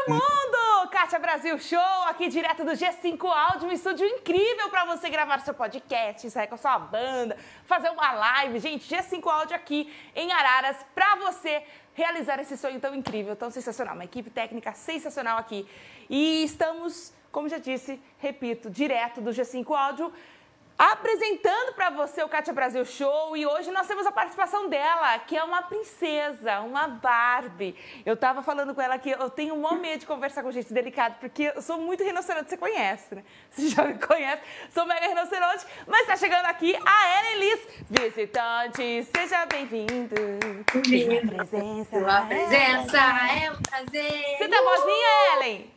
mundo! Kátia Brasil Show, aqui direto do G5 Áudio, um estúdio incrível para você gravar seu podcast, sair com a sua banda, fazer uma live. Gente, G5 Áudio aqui em Araras para você realizar esse sonho tão incrível, tão sensacional. Uma equipe técnica sensacional aqui. E estamos, como já disse, repito, direto do G5 Áudio, apresentando para você o Kátia Brasil Show, e hoje nós temos a participação dela, que é uma princesa, uma Barbie. Eu tava falando com ela que eu tenho um medo de conversar com gente delicada, porque eu sou muito rinoceronte, você conhece, né? Você já me conhece, sou mega rinoceronte, mas tá chegando aqui a Ellen Liz, visitante, seja bem-vindo. Sua presença é um prazer. Você tá boazinha, Ellen?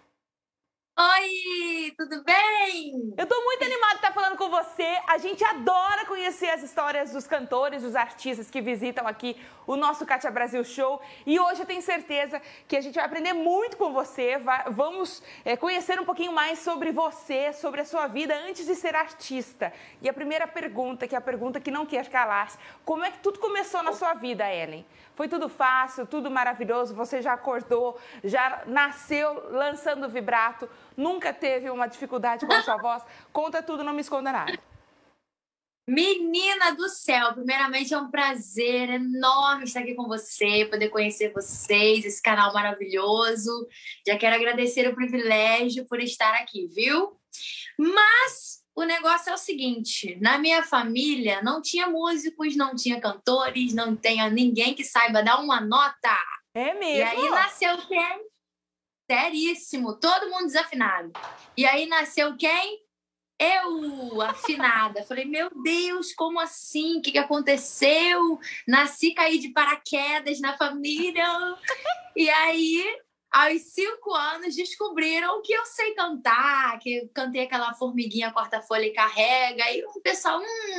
Oi, tudo bem? Eu tô muito animada de estar falando com você. A gente adora conhecer as histórias dos cantores, dos artistas que visitam aqui o nosso Kátia Brasil Show. E hoje eu tenho certeza que a gente vai aprender muito com você. Vamos conhecer um pouquinho mais sobre você, sobre a sua vida antes de ser artista. E a primeira pergunta, que é a pergunta que não quer calar-se: como é que tudo começou na sua vida, Ellen? Foi tudo fácil, tudo maravilhoso? Você já acordou, já nasceu lançando vibrato? Nunca teve uma dificuldade com a sua voz? Conta tudo, não me esconda nada. Menina do céu, primeiramente é um prazer enorme estar aqui com você, poder conhecer vocês, esse canal maravilhoso. Já quero agradecer o privilégio por estar aqui, viu? Mas o negócio é o seguinte: na minha família não tinha músicos, não tinha cantores, não tinha ninguém que saiba dar uma nota. É mesmo? E aí nasceu quem? Seríssimo, todo mundo desafinado. E aí nasceu quem? Eu, afinada. Falei, meu Deus, como assim? O que aconteceu? Nasci, caí de paraquedas na família. E aí, aos 5 anos, descobriram que eu sei cantar, que eu cantei aquela formiguinha corta folha e carrega. E o pessoal,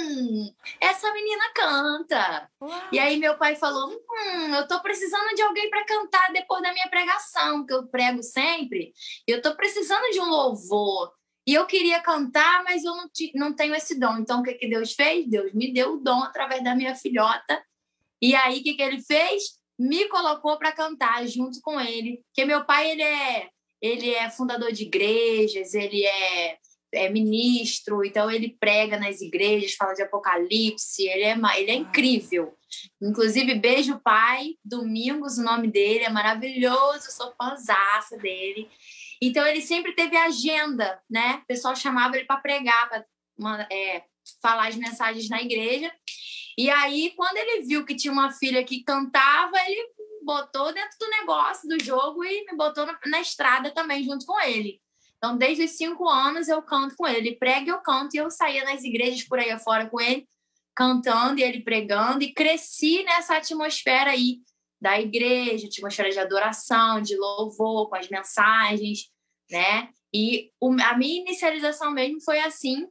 essa menina canta. Uau. E aí meu pai falou, eu tô precisando de alguém para cantar depois da minha pregação, que eu prego sempre. Eu tô precisando de um louvor. E eu queria cantar, mas eu não tenho esse dom. Então, o que Deus fez? Deus me deu o dom através da minha filhota. E aí, o que ele fez? Me colocou para cantar junto com ele. Porque meu pai, ele é fundador de igrejas, ele é ministro, então ele prega nas igrejas, fala de Apocalipse, ele é incrível. Inclusive, beijo pai, Domingos, o nome dele, é maravilhoso, sou fãzaça dele. Então, ele sempre teve agenda, né? O pessoal chamava ele para pregar, para falar as mensagens na igreja. E aí, quando ele viu que tinha uma filha que cantava, ele botou dentro do negócio, do jogo, e me botou na estrada também, junto com ele. Então, desde os 5 anos, eu canto com ele. Ele prega, eu canto, e eu saía nas igrejas por aí afora com ele, cantando e ele pregando, e cresci nessa atmosfera aí da igreja, atmosfera de adoração, de louvor, com as mensagens, né? E a minha inicialização mesmo foi assim.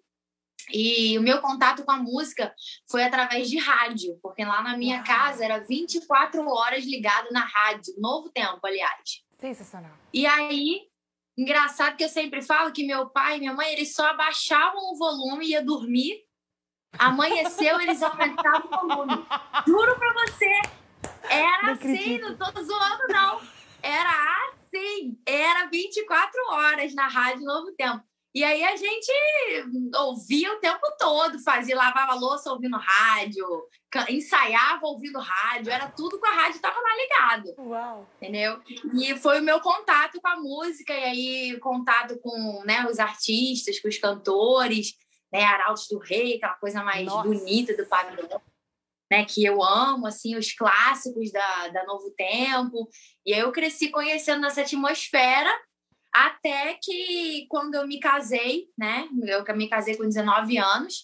E o meu contato com a música foi através de rádio, porque lá na minha casa era 24 horas ligado na rádio, Novo Tempo, aliás. Sensacional. E aí, engraçado que eu sempre falo que meu pai e minha mãe, eles só abaixavam o volume e ia dormir. Amanheceu, eles aumentavam o volume. Juro pra você, era assim, não tô zoando não. Era assim, era 24 horas na rádio Novo Tempo. E aí a gente ouvia o tempo todo, lavava louça ouvindo rádio, ensaiava ouvindo rádio, era tudo com a rádio, estava lá ligado. Uau! Entendeu? E foi o meu contato com a música, e aí contato com, né, os artistas, com os cantores, né, Arautos do Rei, aquela coisa mais bonita do pavilhão, né, que eu amo, assim, os clássicos da Novo Tempo. E aí eu cresci conhecendo essa atmosfera, até que quando eu me casei, né? Eu me casei com 19 anos.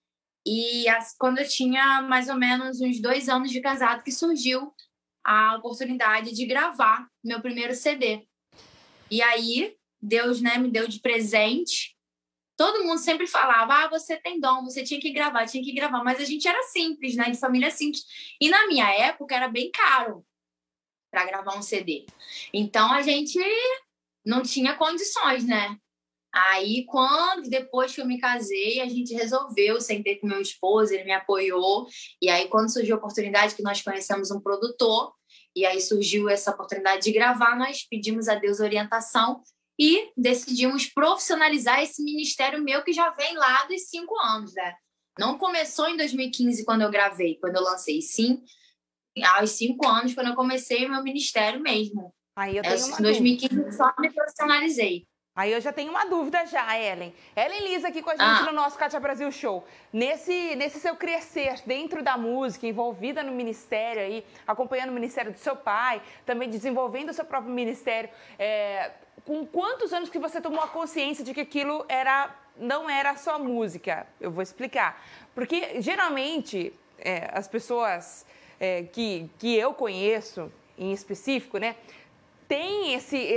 E quando eu tinha mais ou menos uns 2 anos de casado, que surgiu a oportunidade de gravar meu primeiro CD. E aí, Deus, né, me deu de presente. Todo mundo sempre falava, você tem dom, você tinha que gravar. Mas a gente era simples, né? De família simples. E na minha época era bem caro para gravar um CD. Então, a gente não tinha condições, né? Aí, depois que eu me casei, a gente resolveu, sentei com meu esposo, ele me apoiou. E aí, quando surgiu a oportunidade que nós conhecemos um produtor, E aí surgiu essa oportunidade de gravar, nós pedimos a Deus orientação e decidimos profissionalizar esse ministério meu que já vem lá dos 5 anos, né? Não começou em 2015 quando eu gravei, quando eu lancei, sim, aos 5 anos quando eu comecei o meu ministério mesmo. Aí eu tenho uma em 2015 só me profissionalizei. Aí eu já tenho uma dúvida já, Ellen. Ellen Lisa aqui com a gente no nosso Kátia Brasil Show. Nesse seu crescer dentro da música, envolvida no ministério aí, acompanhando o ministério do seu pai, também desenvolvendo o seu próprio ministério, com quantos anos que você tomou a consciência de que aquilo não era só música? Eu vou explicar. Porque geralmente as pessoas que eu conheço, em específico, né? Tem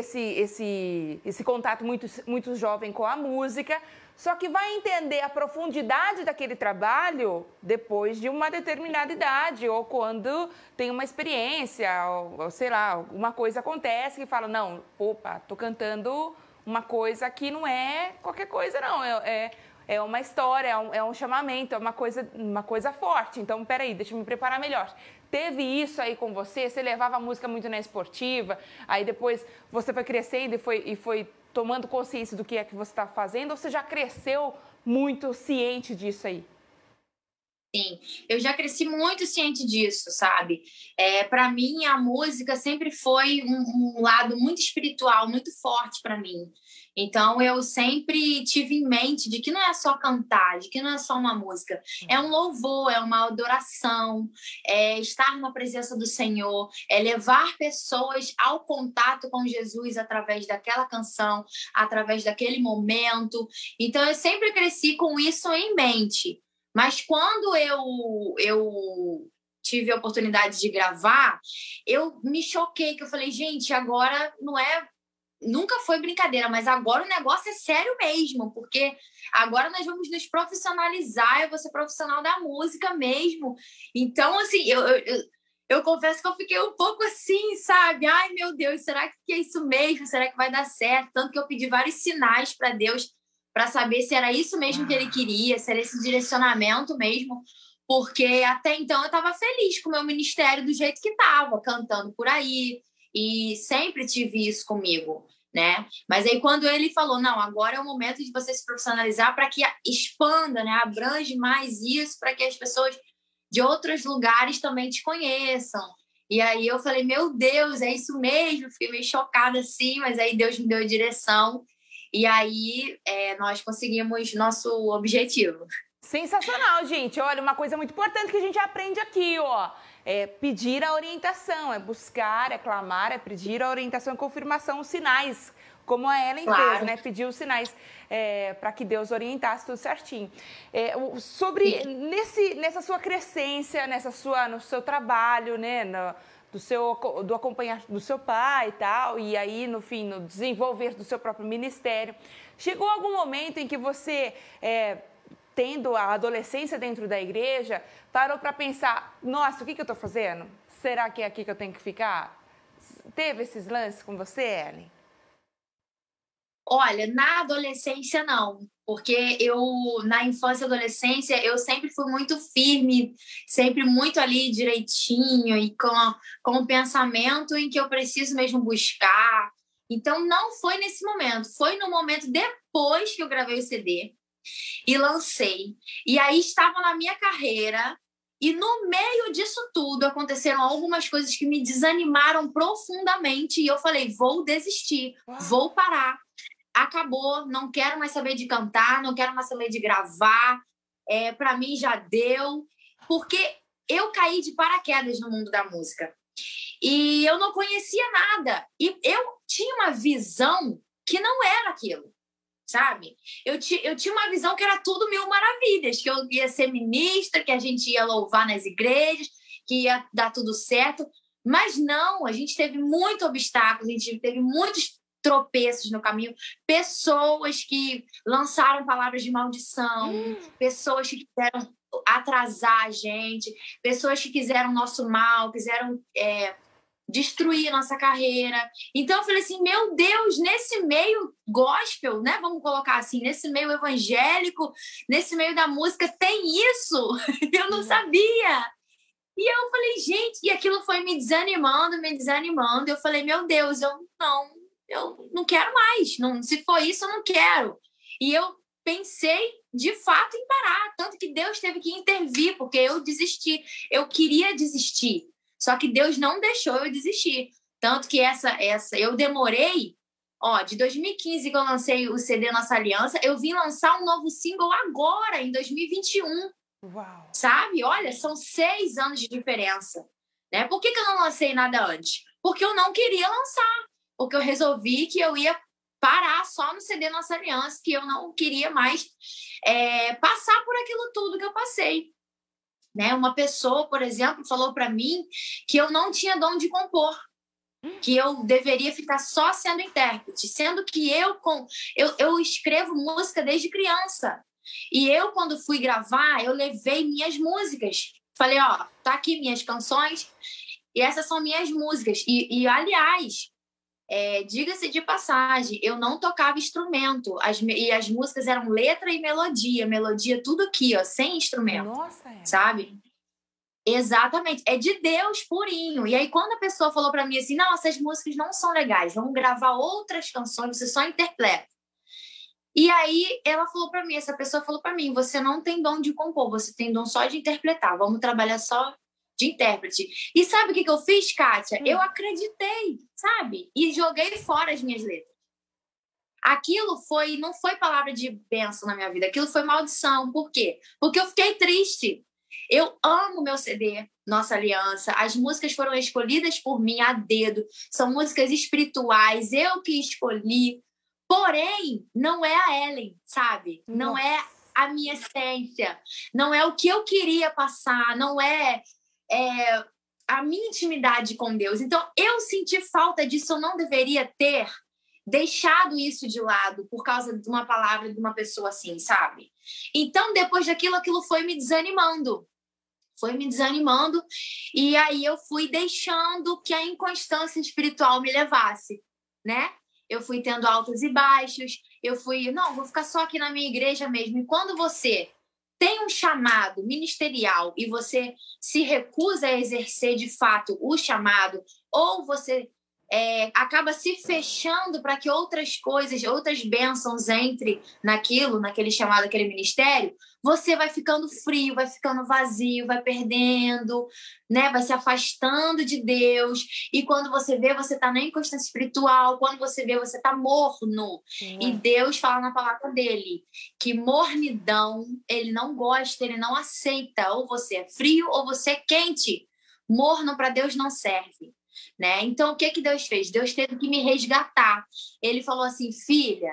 esse contato muito jovem com a música, só que vai entender a profundidade daquele trabalho depois de uma determinada idade, ou quando tem uma experiência, ou sei lá, alguma coisa acontece que fala, não, opa, tô cantando uma coisa que não é qualquer coisa, não, é uma história, é um chamamento, é uma coisa forte. Então, peraí, deixa eu me preparar melhor. Teve isso aí com você? Você levava a música muito na esportiva, aí depois você foi crescendo e foi tomando consciência do que é que você está fazendo, ou você já cresceu muito ciente disso aí? Sim, eu já cresci muito ciente disso, sabe? Para mim, a música sempre foi um lado muito espiritual, muito forte para mim. Então, eu sempre tive em mente de que não é só cantar, de que não é só uma música. É um louvor, é uma adoração, é estar na presença do Senhor, é levar pessoas ao contato com Jesus através daquela canção, através daquele momento. Então, eu sempre cresci com isso em mente. Mas quando eu tive a oportunidade de gravar, eu me choquei, que eu falei, gente, agora nunca foi brincadeira, mas agora o negócio é sério mesmo, porque agora nós vamos nos profissionalizar, eu vou ser profissional da música mesmo. Então, assim, eu confesso que eu fiquei um pouco assim, sabe? Ai, meu Deus, será que é isso mesmo? Será que vai dar certo? Tanto que eu pedi vários sinais para Deus, para saber se era isso mesmo que ele queria, se era esse direcionamento mesmo, porque até então eu estava feliz com o meu ministério do jeito que estava, cantando por aí, e sempre tive isso comigo, né? Mas aí quando ele falou, não, agora é o momento de você se profissionalizar para que expanda, né? Abrange mais isso, para que as pessoas de outros lugares também te conheçam. E aí eu falei, meu Deus, é isso mesmo? Fiquei meio chocada assim, mas aí Deus me deu a direção. E aí nós conseguimos nosso objetivo. Sensacional, gente. Olha, uma coisa muito importante que a gente aprende aqui, ó. É pedir a orientação, é buscar, é clamar, é pedir a orientação e confirmação, os sinais, como a Ellen fez, né? Pediu os sinais para que Deus orientasse tudo certinho. Nessa sua crescência, no seu trabalho, né? Do acompanhar do seu pai e tal, e aí, no fim, no desenvolver do seu próprio ministério. Chegou algum momento em que você, tendo a adolescência dentro da igreja, parou para pensar, nossa, o que eu estou fazendo? Será que é aqui que eu tenho que ficar? Teve esses lances com você, Ellen? Olha, na adolescência não, porque na infância e adolescência, eu sempre fui muito firme, sempre muito ali direitinho e com o pensamento em que eu preciso mesmo buscar. Então, não foi nesse momento, foi no momento depois que eu gravei o CD e lancei. E aí estava na minha carreira e no meio disso tudo aconteceram algumas coisas que me desanimaram profundamente e eu falei, vou desistir, vou parar. Acabou, não quero mais saber de cantar, não quero mais saber de gravar, para mim já deu, porque eu caí de paraquedas no mundo da música e eu não conhecia nada e eu tinha uma visão que não era aquilo, sabe? Eu tinha uma visão que era tudo mil maravilhas, que eu ia ser ministra, que a gente ia louvar nas igrejas, que ia dar tudo certo, mas não, a gente teve muito obstáculo, a gente teve muitos tropeços no caminho, pessoas que lançaram palavras de maldição, pessoas que quiseram atrasar a gente, pessoas que quiseram nosso mal, quiseram destruir nossa carreira. Então eu falei assim, meu Deus, nesse meio gospel, né? Vamos colocar assim, nesse meio evangélico, nesse meio da música, tem isso? Eu não sabia. E eu falei, gente, e aquilo foi me desanimando, me desanimando. Eu falei, meu Deus, eu não quero mais. Não, se for isso, eu não quero. E eu pensei, de fato, em parar. Tanto que Deus teve que intervir, porque eu desisti. Eu queria desistir. Só que Deus não deixou eu desistir. Tanto que eu demorei, ó, de 2015 que eu lancei o CD Nossa Aliança, eu vim lançar um novo single agora, em 2021. Uau! Sabe? Olha, são 6 anos de diferença. Né? Por que eu não lancei nada antes? Porque eu não queria lançar. Porque eu resolvi que eu ia parar só no CD Nossa Aliança, que eu não queria mais passar por aquilo tudo que eu passei. Né? Uma pessoa, por exemplo, falou para mim que eu não tinha dom de compor, que eu deveria ficar só sendo intérprete, sendo que eu escrevo música desde criança. E eu, quando fui gravar, eu levei minhas músicas. Falei, ó, tá aqui minhas canções e essas são minhas músicas. Aliás, diga-se de passagem, eu não tocava instrumento. E as músicas eram letra e melodia. Melodia tudo aqui, ó, sem instrumento. Nossa, sabe? Exatamente. É de Deus purinho. E aí, quando a pessoa falou para mim assim, não, essas músicas não são legais, vamos gravar outras canções, você só interpreta. E aí ela falou para mim, essa pessoa falou para mim, você não tem dom de compor, você tem dom só de interpretar, vamos trabalhar só de intérprete. E sabe o que eu fiz, Kátia? Eu acreditei, sabe? E joguei fora as minhas letras. Aquilo não foi palavra de bênção na minha vida, aquilo foi maldição. Por quê? Porque eu fiquei triste. Eu amo meu CD, Nossa Aliança. As músicas foram escolhidas por mim a dedo, são músicas espirituais, eu que escolhi. Porém, não é a Ellen, sabe? Nossa. Não é a minha essência. Não é o que eu queria passar. Não é a minha intimidade com Deus. Então, eu senti falta disso. Eu não deveria ter deixado isso de lado por causa de uma palavra de uma pessoa assim, sabe? Então, depois daquilo, aquilo foi me desanimando. Foi me desanimando. E aí eu fui deixando que a inconstância espiritual me levasse, né? Eu fui tendo altos e baixos, vou ficar só aqui na minha igreja mesmo. E quando você tem um chamado ministerial e você se recusa a exercer de fato o chamado, ou você acaba se fechando para que outras coisas, outras bênçãos entrem naquele chamado, aquele ministério, você vai ficando frio, vai ficando vazio, vai perdendo, né? Vai se afastando de Deus. E quando você vê, você está na inconstância espiritual. Quando você vê, você está morno. E Deus fala na palavra dele que mornidão, ele não gosta, ele não aceita. Ou você é frio ou você é quente. Morno para Deus não serve. Né? Então, o que Deus fez? Deus teve que me resgatar. Ele falou assim, filha,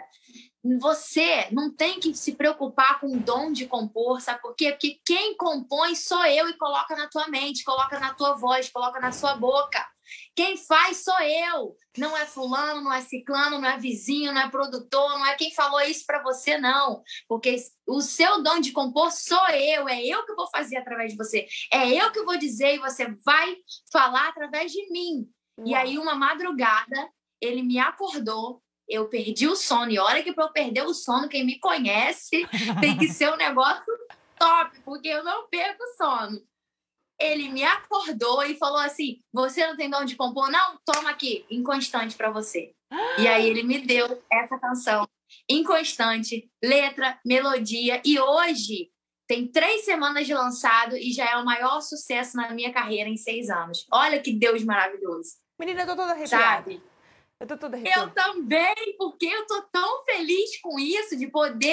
você não tem que se preocupar com o dom de compor, sabe por quê? Porque quem compõe sou eu e coloca na tua mente, coloca na tua voz, coloca na sua boca. Quem faz sou eu. Não é fulano, não é ciclano, não é vizinho, não é produtor, não é quem falou isso para você, não. Porque o seu dom de compor sou eu, é eu que vou fazer através de você. É eu que vou dizer e você vai falar através de mim. Uau. E aí, uma madrugada, ele me acordou, eu perdi o sono. E olha que para eu perder o sono, quem me conhece tem que ser um negócio top, porque eu não perco o sono. Ele me acordou e falou assim, você não tem dom de compor? Não, toma aqui, Inconstante para você. E aí ele me deu essa canção, Inconstante, letra, melodia. E hoje tem 3 semanas de lançado e já é o maior sucesso na minha carreira em 6 anos. Olha que Deus maravilhoso. Menina, eu tô toda arrepiada. Sabe? Eu tô toda arrepiada. Eu também, porque eu tô tão feliz com isso, de poder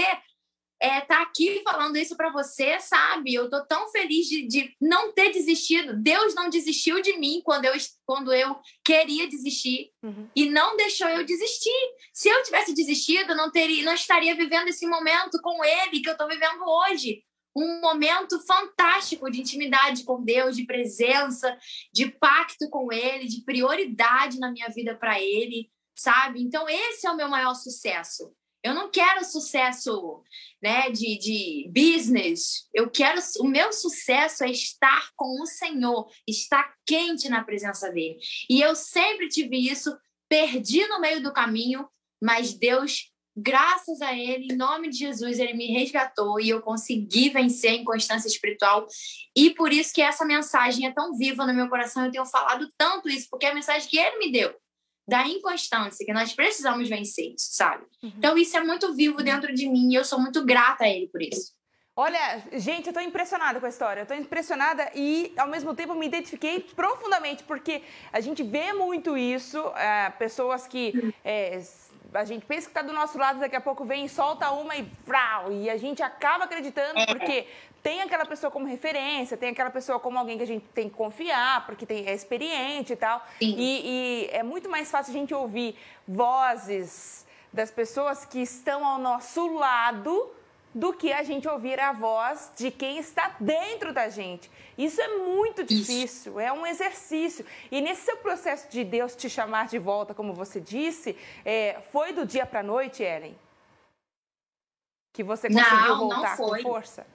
tá aqui falando isso para você, sabe? Eu tô tão feliz de não ter desistido. Deus não desistiu de mim quando eu queria desistir. E não deixou eu desistir. Se eu tivesse desistido, não estaria vivendo esse momento com ele que eu tô vivendo hoje. Um momento fantástico de intimidade com Deus, de presença, de pacto com ele, de prioridade na minha vida para ele, sabe? Então esse é o meu maior sucesso. Eu não quero sucesso, né, de business. O meu sucesso é estar com o Senhor, estar quente na presença dele. E eu sempre tive isso, perdi no meio do caminho, mas Deus graças a ele, em nome de Jesus, ele me resgatou e eu consegui vencer a inconstância espiritual. E por isso que essa mensagem é tão viva no meu coração. Eu tenho falado tanto isso, porque é a mensagem que ele me deu, da inconstância, que nós precisamos vencer isso, sabe? Então isso é muito vivo dentro de mim e eu sou muito grata a ele por isso. Olha, gente, eu tô impressionada com a história. Eu tô impressionada e, ao mesmo tempo, me identifiquei profundamente, porque a gente vê muito isso, pessoas que a gente pensa que tá do nosso lado, daqui a pouco vem e solta uma e a gente acaba acreditando, porque tem aquela pessoa como referência, tem aquela pessoa como alguém que a gente tem que confiar, porque é experiente e tal. E é muito mais fácil a gente ouvir vozes das pessoas que estão ao nosso lado do que a gente ouvir a voz de quem está dentro da gente. Isso é muito difícil, é um exercício. E nesse seu processo de Deus te chamar de volta, como você disse, foi do dia para a noite, Ellen? Que você conseguiu voltar com força?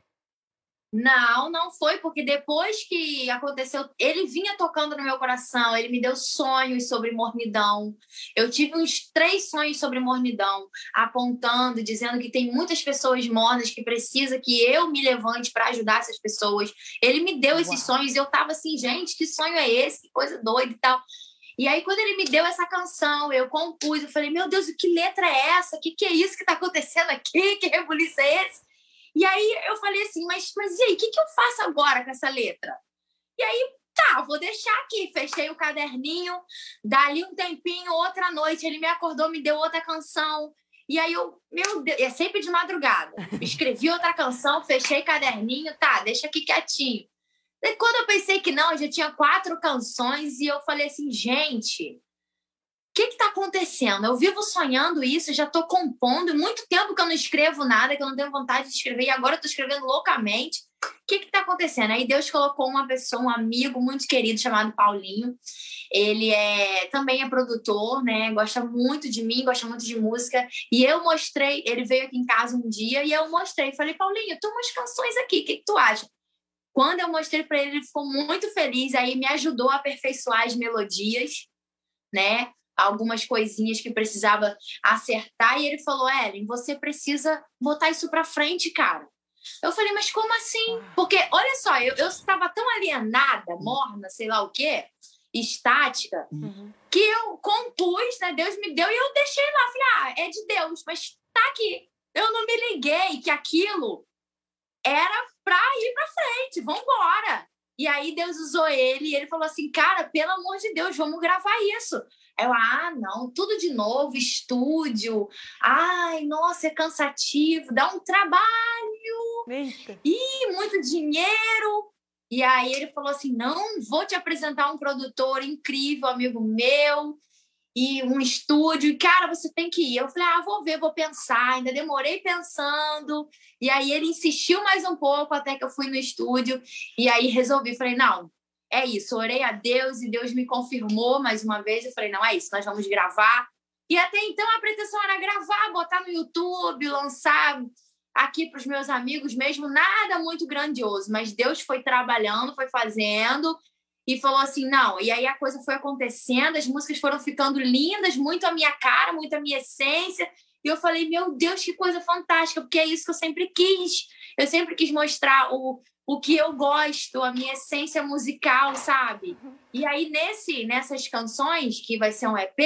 Não foi, porque depois que aconteceu, ele vinha tocando no meu coração, ele me deu sonhos sobre mornidão. Eu tive uns 3 sonhos sobre mornidão, apontando, dizendo que tem muitas pessoas mornas que precisa que eu me levante para ajudar essas pessoas. Ele me deu esses sonhos e eu tava assim, gente, que sonho é esse? Que coisa doida e tal. E aí, quando ele me deu essa canção, eu compus, eu falei, meu Deus, que letra é essa? Que é isso que tá acontecendo aqui? Que rebuliço é esse? E aí eu falei assim, mas e aí, o que eu faço agora com essa letra? E aí, vou deixar aqui. Fechei o caderninho, dali um tempinho, outra noite, ele me acordou, me deu outra canção. E aí meu Deus, é sempre de madrugada. Escrevi outra canção, fechei caderninho, deixa aqui quietinho. Daí, quando eu pensei que não, eu já tinha 4 canções e eu falei assim, gente, o que está acontecendo? Eu vivo sonhando isso, já estou compondo. Muito tempo que eu não escrevo nada, que eu não tenho vontade de escrever, e agora eu estou escrevendo loucamente. O que está acontecendo? Aí Deus colocou uma pessoa, um amigo muito querido chamado Paulinho. Ele também é produtor, né? Gosta muito de mim, gosta muito de música. E eu mostrei, ele veio aqui em casa um dia e eu mostrei. Falei, Paulinho, tem umas canções aqui, o que tu acha? Quando eu mostrei para ele, ele ficou muito feliz. Aí me ajudou a aperfeiçoar as melodias, né? Algumas coisinhas que precisava acertar, e ele falou, Ellen, você precisa botar isso pra frente, cara. Eu falei, mas como assim? Porque, olha só, eu estava tão alienada, morna, sei lá o quê, estática, que eu compus, né? Deus me deu, e eu deixei lá, falei, é de Deus, mas tá aqui. Eu não me liguei que aquilo era pra ir pra frente, vambora. E aí Deus usou ele, e ele falou assim, cara, pelo amor de Deus, vamos gravar isso. Eu, não, tudo de novo, estúdio. Ai, nossa, é cansativo, dá um trabalho. Eita. E muito dinheiro. E aí ele falou assim, não, vou te apresentar um produtor incrível, amigo meu, e um estúdio. E, cara, você tem que ir. Eu falei, vou ver, vou pensar. Ainda demorei pensando. E aí ele insistiu mais um pouco até que eu fui no estúdio. E aí resolvi, falei, não, é isso, orei a Deus e Deus me confirmou mais uma vez. Eu falei, não, é isso, nós vamos gravar. E até então a pretensão era gravar, botar no YouTube, lançar aqui para os meus amigos mesmo, nada muito grandioso. Mas Deus foi trabalhando, foi fazendo e falou assim, não. E aí a coisa foi acontecendo, as músicas foram ficando lindas, muito a minha cara, muito a minha essência. E eu falei, meu Deus, que coisa fantástica, porque é isso que eu sempre quis. Eu sempre quis mostrar o que eu gosto, a minha essência musical, sabe? E aí, nessas canções, que vai ser um EP,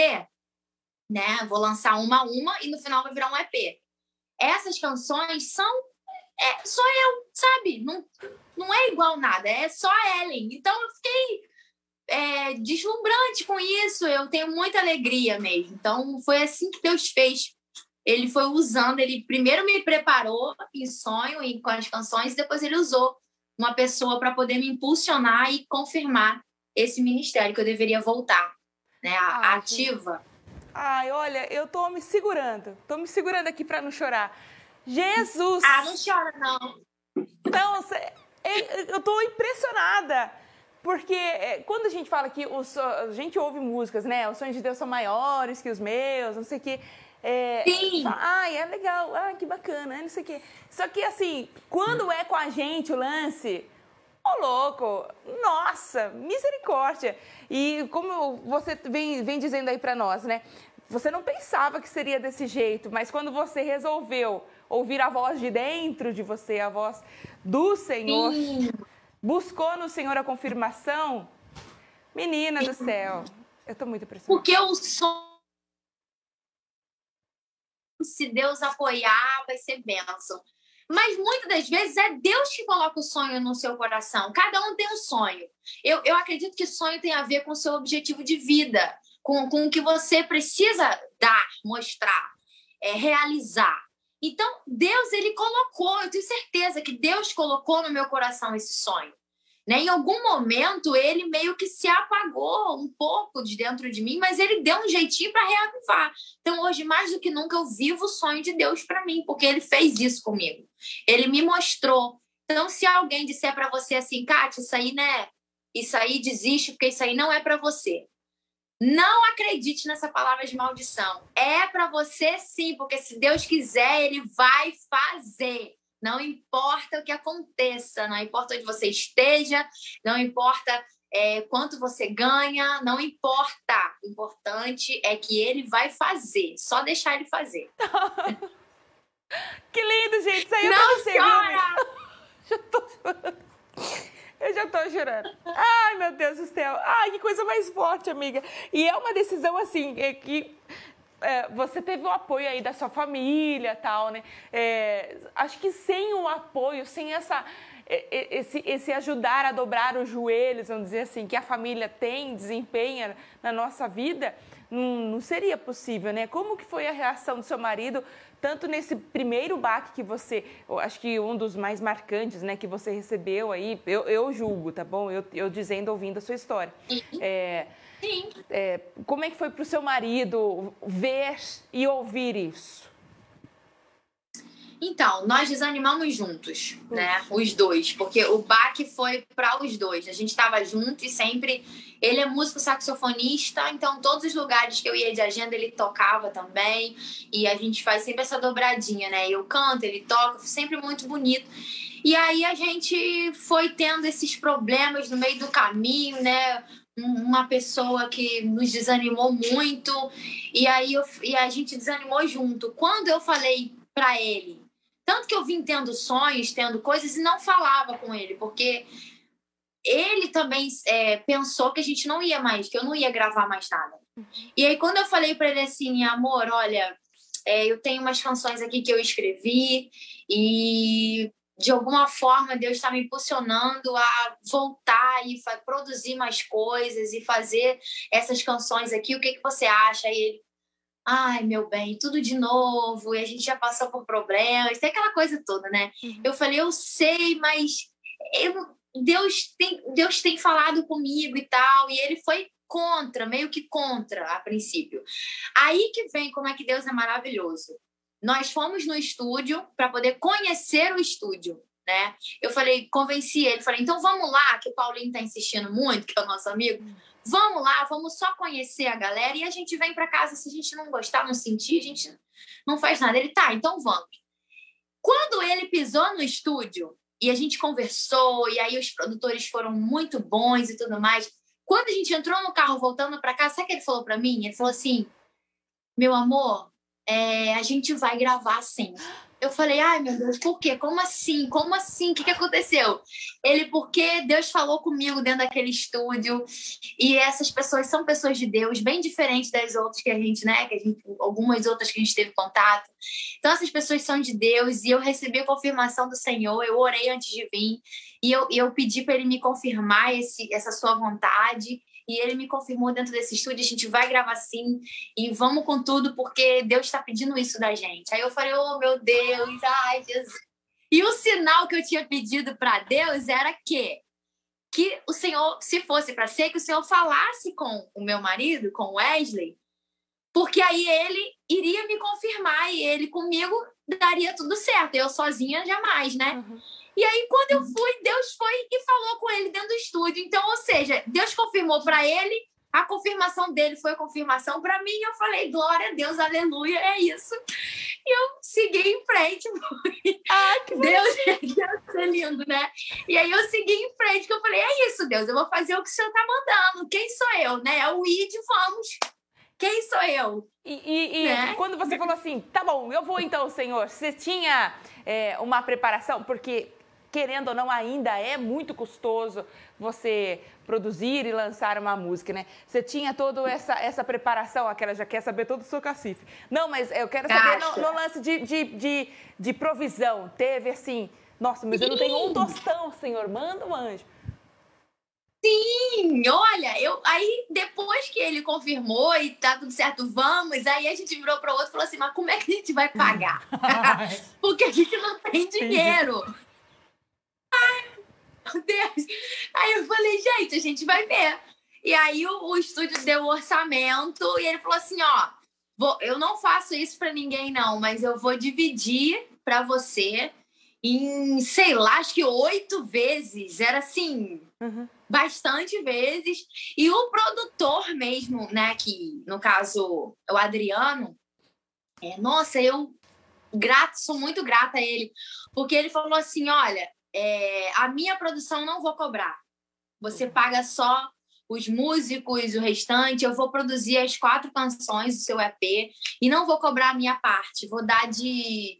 né? Vou lançar uma a uma e no final vai virar um EP. Essas canções são só eu, sabe? Não é igual nada, é só a Ellen. Então, eu fiquei deslumbrante com isso, eu tenho muita alegria mesmo. Então, foi assim que Deus fez. Ele foi usando, ele primeiro me preparou em sonho e com as canções, e depois ele usou uma pessoa para poder me impulsionar e confirmar esse ministério que eu deveria voltar, né, ativa. Ai, olha, eu tô me segurando aqui para não chorar. Jesus! Não chora, não. Não, eu tô impressionada, porque quando a gente fala que a gente ouve músicas, né, os sonhos de Deus são maiores que os meus, não sei o quê. Sim. Fala, é legal, que bacana, não sei o quê. Só que, assim, quando é com a gente o lance, louco, nossa, misericórdia. E como você vem dizendo aí pra nós, né? você não pensava que seria desse jeito, mas quando você resolveu ouvir a voz de dentro de você, a voz do Senhor, Sim. buscou no Senhor a confirmação, menina do céu, eu tô muito impressionada. Porque o sonho, se Deus apoiar, vai ser bênção. Mas muitas das vezes é Deus que coloca o sonho no seu coração. Cada um tem um sonho. Eu acredito que sonho tem a ver com o seu objetivo de vida, com o que você precisa dar, mostrar, realizar. Então, Deus, ele colocou, eu tenho certeza que Deus colocou no meu coração esse sonho. Né? Em algum momento, ele meio que se apagou um pouco de dentro de mim, mas ele deu um jeitinho para reavivar. Então, hoje, mais do que nunca, eu vivo o sonho de Deus para mim, porque ele fez isso comigo. Ele me mostrou. Então, se alguém disser para você assim, Kátia, isso aí, né? Isso aí desiste, porque isso aí não é para você. Não acredite nessa palavra de maldição. É para você sim, porque se Deus quiser, ele vai fazer. Não importa o que aconteça, não importa onde você esteja, não importa quanto você ganha, não importa. O importante é que ele vai fazer. Só deixar ele fazer. Que lindo, gente. Isso aí eu não chora! Já tô chorando. Eu já tô chorando. Ai, meu Deus do céu. Ai, que coisa mais forte, amiga. E é uma decisão, assim, que... você teve o apoio aí da sua família e tal, né? Acho que sem o apoio, sem esse ajudar a dobrar os joelhos, vamos dizer assim, que a família desempenha na nossa vida, não seria possível, né? Como que foi a reação do seu marido, tanto nesse primeiro baque que você, acho que um dos mais marcantes, né, que você recebeu aí, eu julgo, tá bom? Eu dizendo, ouvindo a sua história. Sim. Como é que foi para o seu marido ver e ouvir isso? Então, nós desanimamos juntos, né? Os dois, porque o baque foi para os dois. A gente estava junto e sempre... Ele é músico saxofonista, então todos os lugares que eu ia de agenda ele tocava também. E a gente faz sempre essa dobradinha, né? Eu canto, ele toca, sempre muito bonito. E aí a gente foi tendo esses problemas no meio do caminho, né? Uma pessoa que nos desanimou muito. E aí a gente desanimou junto. Quando eu falei para ele, tanto que eu vim tendo sonhos, tendo coisas e não falava com ele, porque ele também pensou que a gente não ia mais, que eu não ia gravar mais nada. E aí quando eu falei para ele assim, amor, olha, eu tenho umas canções aqui que eu escrevi e de alguma forma Deus está me impulsionando a voltar e produzir mais coisas e fazer essas canções aqui, o que você acha? E ele, ai, meu bem, tudo de novo, e a gente já passou por problemas, tem aquela coisa toda, né? Eu falei, eu sei, mas Deus tem falado comigo e tal, e ele foi meio que contra, a princípio. Aí que vem como é que Deus é maravilhoso. Nós fomos no estúdio para poder conhecer o estúdio, né? Eu falei, convenci ele, falei, então vamos lá, que o Paulinho tá insistindo muito, que é o nosso amigo, vamos lá, vamos só conhecer a galera e a gente vem para casa, se a gente não gostar, não sentir, a gente não faz nada. Ele, tá, então vamos. Quando ele pisou no estúdio e a gente conversou, e aí os produtores foram muito bons e tudo mais, quando a gente entrou no carro voltando para casa, sabe o que ele falou para mim? Ele falou assim, meu amor, a gente vai gravar sim. Eu falei, ai meu Deus, por quê? Como assim? Como assim? O que aconteceu? Ele, porque Deus falou comigo dentro daquele estúdio e essas pessoas são pessoas de Deus, bem diferentes das outras que a gente, né? Algumas outras que a gente teve contato. Então essas pessoas são de Deus e eu recebi a confirmação do Senhor, eu orei antes de vir e eu pedi para ele me confirmar essa sua vontade. E ele me confirmou dentro desse estúdio, a gente vai gravar sim, e vamos com tudo, porque Deus está pedindo isso da gente. Aí eu falei, oh meu Deus, ai Jesus. E o sinal que eu tinha pedido para Deus era que o Senhor, se fosse para ser, que o Senhor falasse com o meu marido, com o Wesley, porque aí ele iria me confirmar e ele comigo daria tudo certo, eu sozinha jamais, né? E aí, quando eu fui, Deus foi e falou com ele dentro do estúdio. Então, ou seja, Deus confirmou para ele, a confirmação dele foi a confirmação para mim. E eu falei, glória a Deus, aleluia, é isso. E eu segui em frente. Que Deus é lindo, né? E aí eu segui em frente, que eu falei, é isso, Deus, eu vou fazer o que o Senhor tá mandando. Quem sou eu, né? É o ID, vamos. quem sou eu? E quando você falou assim, tá bom, eu vou então, Senhor, você tinha uma preparação? Porque, querendo ou não, ainda é muito custoso você produzir e lançar uma música, né? Você tinha toda essa preparação, aquela já quer saber todo o seu cacife. Não, mas eu quero saber no lance de provisão. Teve assim, nossa, mas eu não tenho um tostão, Senhor, manda um anjo. Sim, olha, aí depois que ele confirmou e tá tudo certo, vamos, aí a gente virou para o outro e falou assim, mas como é que a gente vai pagar? Porque a gente não tem dinheiro. Ai, meu Deus. Aí eu falei, gente, a gente vai ver. E aí o estúdio deu o orçamento e ele falou assim, ó, eu não faço isso para ninguém não, mas eu vou dividir para você em, sei lá, acho que 8 vezes. Era assim... bastante vezes, e o produtor mesmo, né, que no caso o Adriano, nossa, sou muito grata a ele, porque ele falou assim, olha, a minha produção não vou cobrar, você paga só os músicos, o restante, eu vou produzir as 4 canções do seu EP e não vou cobrar a minha parte, vou dar de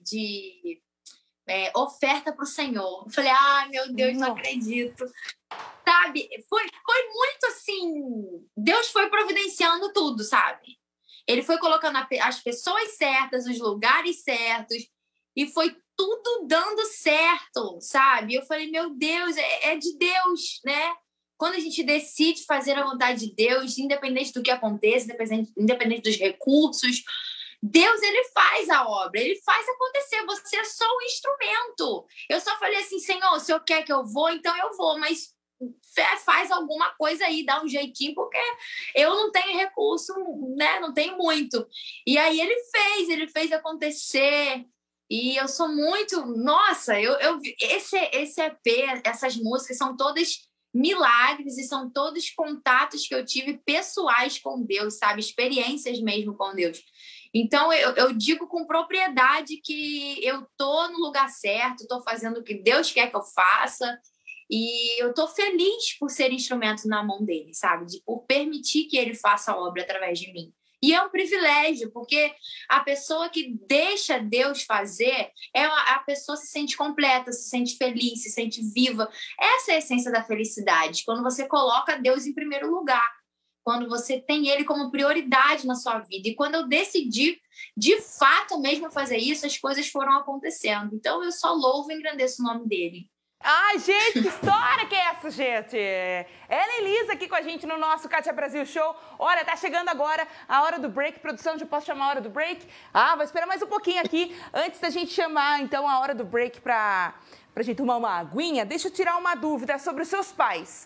oferta para o Senhor. Eu falei, ai meu Deus, não acredito. Sabe, foi muito assim, Deus foi providenciando tudo, sabe? Ele foi colocando as pessoas certas, os lugares certos, e foi tudo dando certo, sabe? Eu falei, meu Deus, é de Deus, né? Quando a gente decide fazer a vontade de Deus, independente do que aconteça, independente dos recursos, Deus, ele faz a obra, ele faz acontecer, você é só um instrumento. Eu só falei assim, Senhor, se eu quer que eu vou, então eu vou, mas faz alguma coisa aí, dá um jeitinho, porque eu não tenho recurso, né? Não tenho muito. E aí ele fez acontecer. E eu sou muito... Nossa, esse EP, essas músicas são todas milagres e são todos contatos que eu tive pessoais com Deus, sabe? Experiências mesmo com Deus. Então, eu digo com propriedade que eu tô no lugar certo, tô fazendo o que Deus quer que eu faça. E eu tô feliz por ser instrumento na mão dele, sabe? Por permitir que ele faça a obra através de mim. E é um privilégio, porque a pessoa que deixa Deus fazer, a pessoa se sente completa, se sente feliz, se sente viva. Essa é a essência da felicidade, quando você coloca Deus em primeiro lugar, quando você tem ele como prioridade na sua vida. E quando eu decidi, de fato mesmo, fazer isso, as coisas foram acontecendo. Então, eu só louvo e engrandeço o nome dele. Ai, gente, que história que é essa, gente? Ela e Elisa aqui com a gente no nosso Kátia Brasil Show. Olha, tá chegando agora a hora do break. Produção, já posso chamar a hora do break? Vou esperar mais um pouquinho aqui, antes da gente chamar, então, a hora do break pra gente tomar uma aguinha. Deixa eu tirar uma dúvida sobre os seus pais.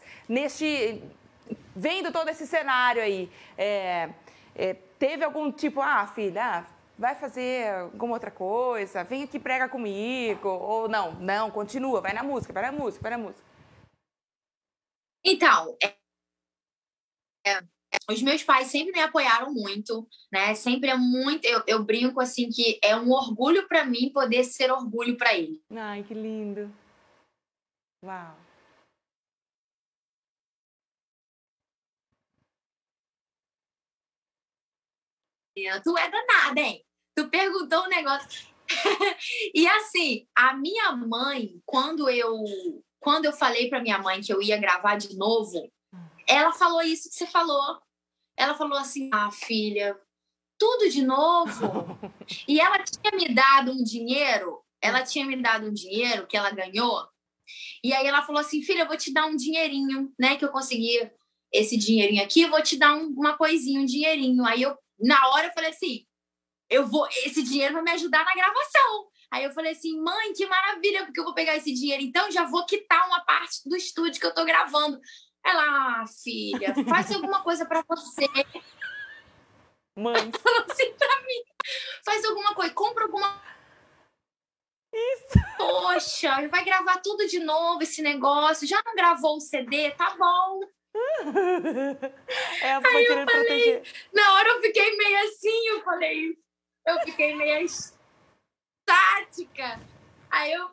Vendo todo esse cenário aí, teve algum tipo, filha... vai fazer alguma outra coisa, vem aqui, prega comigo, ou não, continua, vai na música. Então, os meus pais sempre me apoiaram muito, né? Sempre é muito, eu brinco assim que é um orgulho para mim poder ser orgulho para ele. Ai, que lindo. Uau. Tu é danada, hein? Tu perguntou um negócio. E assim, a minha mãe, quando eu falei pra minha mãe que eu ia gravar de novo, ela falou isso que você falou. Ela falou assim, filha, tudo de novo? E ela tinha me dado um dinheiro que ela ganhou, e aí ela falou assim, filha, eu vou te dar um dinheirinho, né, que eu consegui esse dinheirinho aqui, eu vou te dar uma coisinha, um dinheirinho. Aí na hora eu falei assim, esse dinheiro vai me ajudar na gravação. Aí eu falei assim, mãe, que maravilha, porque eu vou pegar esse dinheiro, então já vou quitar uma parte do estúdio que eu tô gravando. Ela, filha, faz alguma coisa pra você. Mãe. Falou assim pra mim, faz alguma coisa, compra alguma... Isso. Poxa, vai gravar tudo de novo esse negócio, já não gravou o CD? Tá bom. Aí eu falei, proteger. Na hora eu fiquei meio assim, eu fiquei meio estática. Aí eu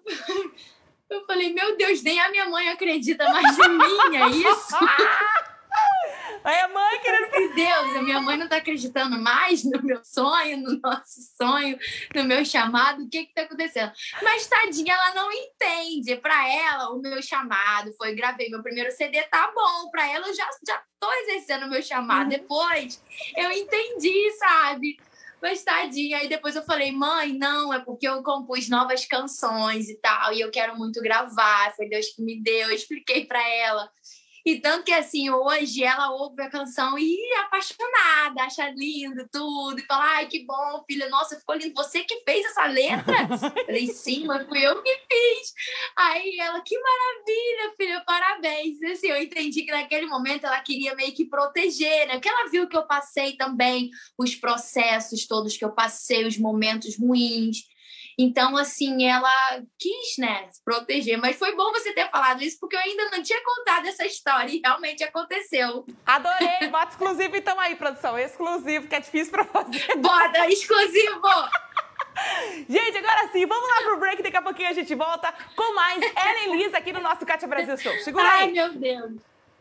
falei, meu Deus, nem a minha mãe acredita mais em mim, é isso? Aí a mãe querendo... Meu Deus, a minha mãe não tá acreditando mais no meu sonho, no nosso sonho, no meu chamado. O que que tá acontecendo? Mas, tadinha, ela não entende. Pra ela, o meu chamado foi... Gravei meu primeiro CD, tá bom. Pra ela, eu já tô exercendo o meu chamado. Depois, eu entendi, sabe? Mas tadinha, aí depois eu falei, mãe, não, é porque eu compus novas canções e tal, e eu quero muito gravar, foi Deus que me deu, eu expliquei pra ela. E tanto que, assim, hoje ela ouve a canção e é apaixonada, acha lindo tudo, e fala, ai, que bom, filha, nossa, ficou lindo, você que fez essa letra? Falei, sim, mas fui eu que fiz. Aí ela, que maravilha, filha, parabéns. E, assim, eu entendi que naquele momento ela queria meio que proteger, né? Porque ela viu que eu passei também os processos todos que eu passei, os momentos ruins. Então, assim, ela quis, né, se proteger. Mas foi bom você ter falado isso, porque eu ainda não tinha contado essa história e realmente aconteceu. Adorei! Bota exclusivo então aí, produção. Exclusivo, que é difícil pra fazer. Bota, exclusivo! Gente, agora sim, vamos lá pro break. Daqui a pouquinho a gente volta com mais Ellen Lisa aqui no nosso Kátia Brasil Show. Segura aí. Ai, meu Deus.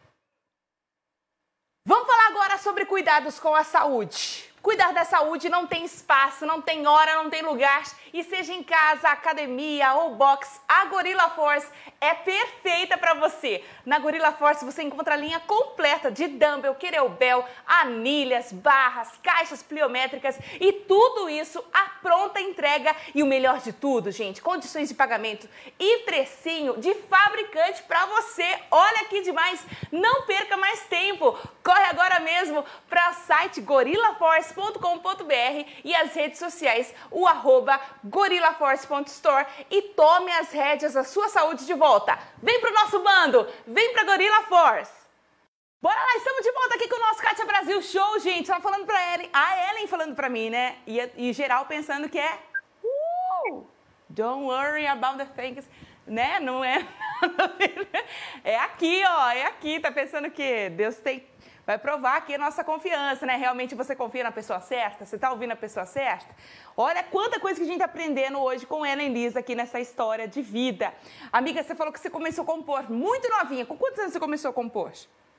Vamos falar agora sobre cuidados com a saúde. Cuidar da saúde não tem espaço, não tem hora, não tem lugar. E seja em casa, academia ou box, a Gorilla Force é perfeita para você. Na Gorilla Force você encontra a linha completa de dumbbell, kettlebell, anilhas, barras, caixas pliométricas e tudo isso à pronta entrega. E o melhor de tudo, gente, condições de pagamento e precinho de fabricante para você. Olha aqui demais, não perca mais tempo. Corre agora mesmo para o site gorillaforce.com.br e as redes sociais, o @gorillaforce.store, e tome as rédeas da sua saúde de volta. Vem pro nosso bando, vem pra Gorilla Force. Bora lá, estamos de volta aqui com o nosso Kátia Brasil Show, gente. Tava falando pra Ellen, a Ellen falando pra mim, né? E geral pensando que é don't worry about the things, né? Não é é aqui, ó, é aqui. Tá pensando que Deus vai provar aqui a nossa confiança, né? Realmente você confia na pessoa certa? Você tá ouvindo a pessoa certa? Olha quanta coisa que a gente tá aprendendo hoje com Ellen Lisa aqui nessa história de vida. Amiga, você falou que você começou a compor muito novinha. Com quantos anos você começou a compor?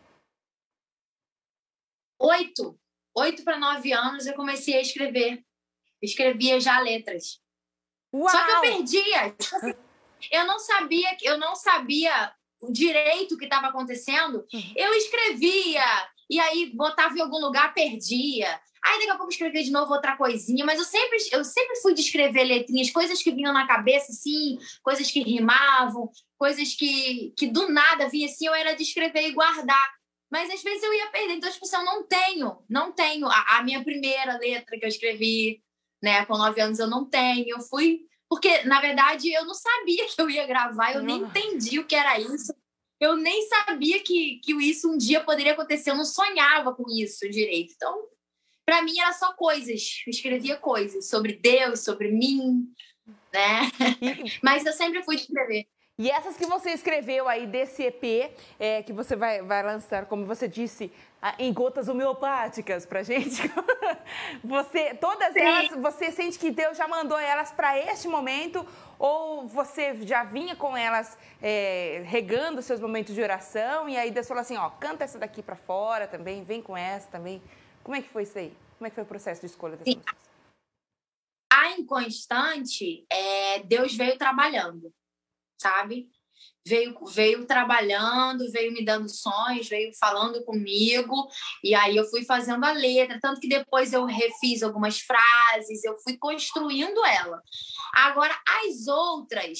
8 para 9 anos eu comecei a escrever. Escrevia já letras. Uau! Só que eu perdia. Eu não sabia direito o que estava acontecendo. Eu escrevia e aí botava em algum lugar, perdia. Aí daqui a pouco escrevia de novo outra coisinha, mas eu sempre fui de escrever letrinhas, coisas que vinham na cabeça, assim, coisas que rimavam, coisas que do nada vinha assim, eu era de escrever e guardar. Mas às vezes eu ia perder. Então, tipo assim, eu não tenho a minha primeira letra que eu escrevi, né, com 9 anos, eu não tenho. Eu fui... Porque, na verdade, eu não sabia que eu ia gravar, eu nem entendi o que era isso. Eu nem sabia que isso um dia poderia acontecer, eu não sonhava com isso direito. Então, para mim, era só coisas. Eu escrevia coisas sobre Deus, sobre mim, né? Mas eu sempre fui escrever. E essas que você escreveu aí desse EP, que você vai lançar, como você disse, em gotas homeopáticas pra gente, todas elas, você sente que Deus já mandou elas para este momento, ou você já vinha com elas regando seus momentos de oração, e aí Deus falou assim, ó, canta essa daqui para fora também, vem com essa também. Como é que foi isso aí? Como é que foi o processo de escolha dessas músicas? A Inconstante, Deus veio trabalhando, sabe? Veio trabalhando, veio me dando sonhos, veio falando comigo, e aí eu fui fazendo a letra, tanto que depois eu refiz algumas frases, eu fui construindo ela. Agora, as outras,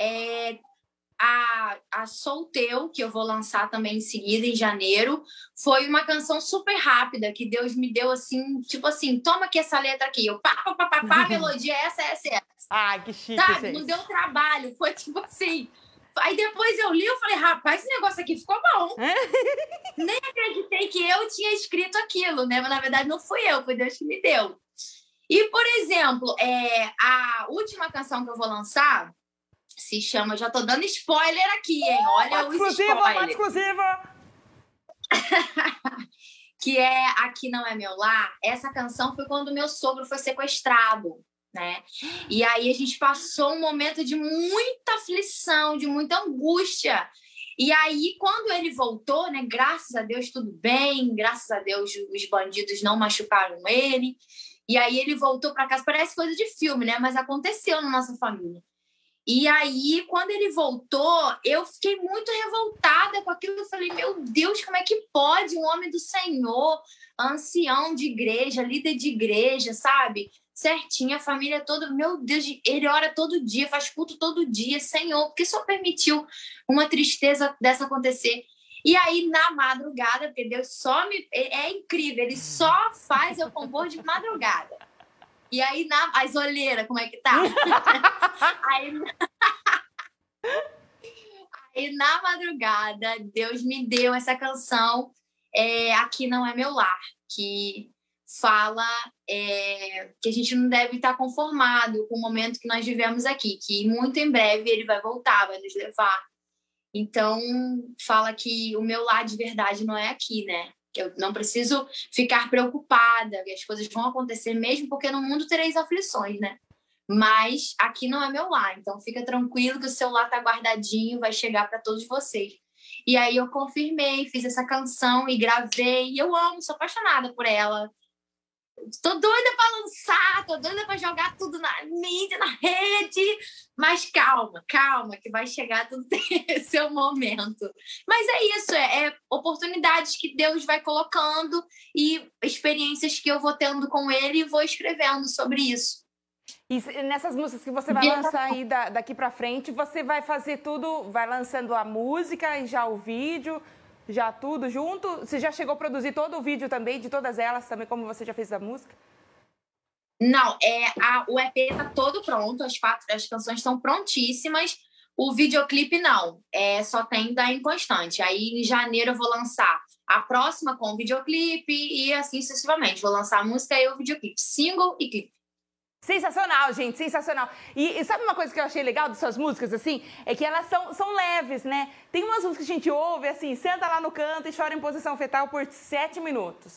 a Sou Teu, que eu vou lançar também em seguida, em janeiro, foi uma canção super rápida, que Deus me deu assim, tipo assim, toma aqui essa letra aqui, eu pá, melodia, essa. Ah, que chique, sabe? gente. Não deu trabalho, foi tipo assim... Aí depois eu li, eu falei, rapaz, esse negócio aqui ficou bom. Nem acreditei que eu tinha escrito aquilo, né? Mas na verdade não fui eu, foi Deus que me deu. E, por exemplo, a última canção que eu vou lançar se chama, já tô dando spoiler aqui, hein? Olha os spoilers. Exclusiva! Que é Aqui Não É Meu Lar. Essa canção foi quando meu sogro foi sequestrado, né? E aí a gente passou um momento de muita aflição, de muita angústia. E aí, quando ele voltou, né? Graças a Deus, tudo bem. Graças a Deus, os bandidos não machucaram ele. E aí ele voltou para casa. Parece coisa de filme, né? Mas aconteceu na nossa família. E aí, quando ele voltou, eu fiquei muito revoltada com aquilo. Eu falei, meu Deus, como é que pode um homem do Senhor, ancião de igreja, líder de igreja, sabe? Certinho, a família toda. Meu Deus, ele ora todo dia, faz culto todo dia. Senhor, por que só permitiu uma tristeza dessa acontecer? E aí, na madrugada, porque Deus só me... É incrível, ele só faz eu compor de madrugada. E aí, as olheiras, como é que tá? aí, na madrugada, Deus me deu essa canção, Aqui Não É Meu Lar, que fala que a gente não deve estar conformado com o momento que nós vivemos aqui, que muito em breve ele vai voltar, vai nos levar. Então, fala que o meu lar de verdade não é aqui, né? Que eu não preciso ficar preocupada, que as coisas vão acontecer mesmo, porque no mundo tereis aflições, né? Mas aqui não é meu lar, então fica tranquilo que o seu lar tá guardadinho, vai chegar para todos vocês. E aí eu confirmei, fiz essa canção e gravei, e eu amo, sou apaixonada por ela. Tô doida para lançar, tô doida para jogar tudo na mídia, na rede, mas calma, que vai chegar, tudo tem seu momento. Mas é isso, é oportunidades que Deus vai colocando e experiências que eu vou tendo com ele e vou escrevendo sobre isso. E nessas músicas que você vai lançar aí daqui para frente, você vai fazer tudo, vai lançando a música e já o vídeo... Já tudo junto? Você já chegou a produzir todo o vídeo também, de todas elas, também como você já fez a música? Não, o EP tá todo pronto, as canções estão prontíssimas, o videoclipe não, só tem da Inconstante. Aí em janeiro eu vou lançar a próxima com o videoclipe e assim sucessivamente. Vou lançar a música e o videoclipe, single e clipe. Sensacional, gente, sensacional. E sabe uma coisa que eu achei legal das suas músicas, assim? É que elas são leves, né? Tem umas músicas que a gente ouve, assim, senta lá no canto e chora em posição fetal por 7 minutos.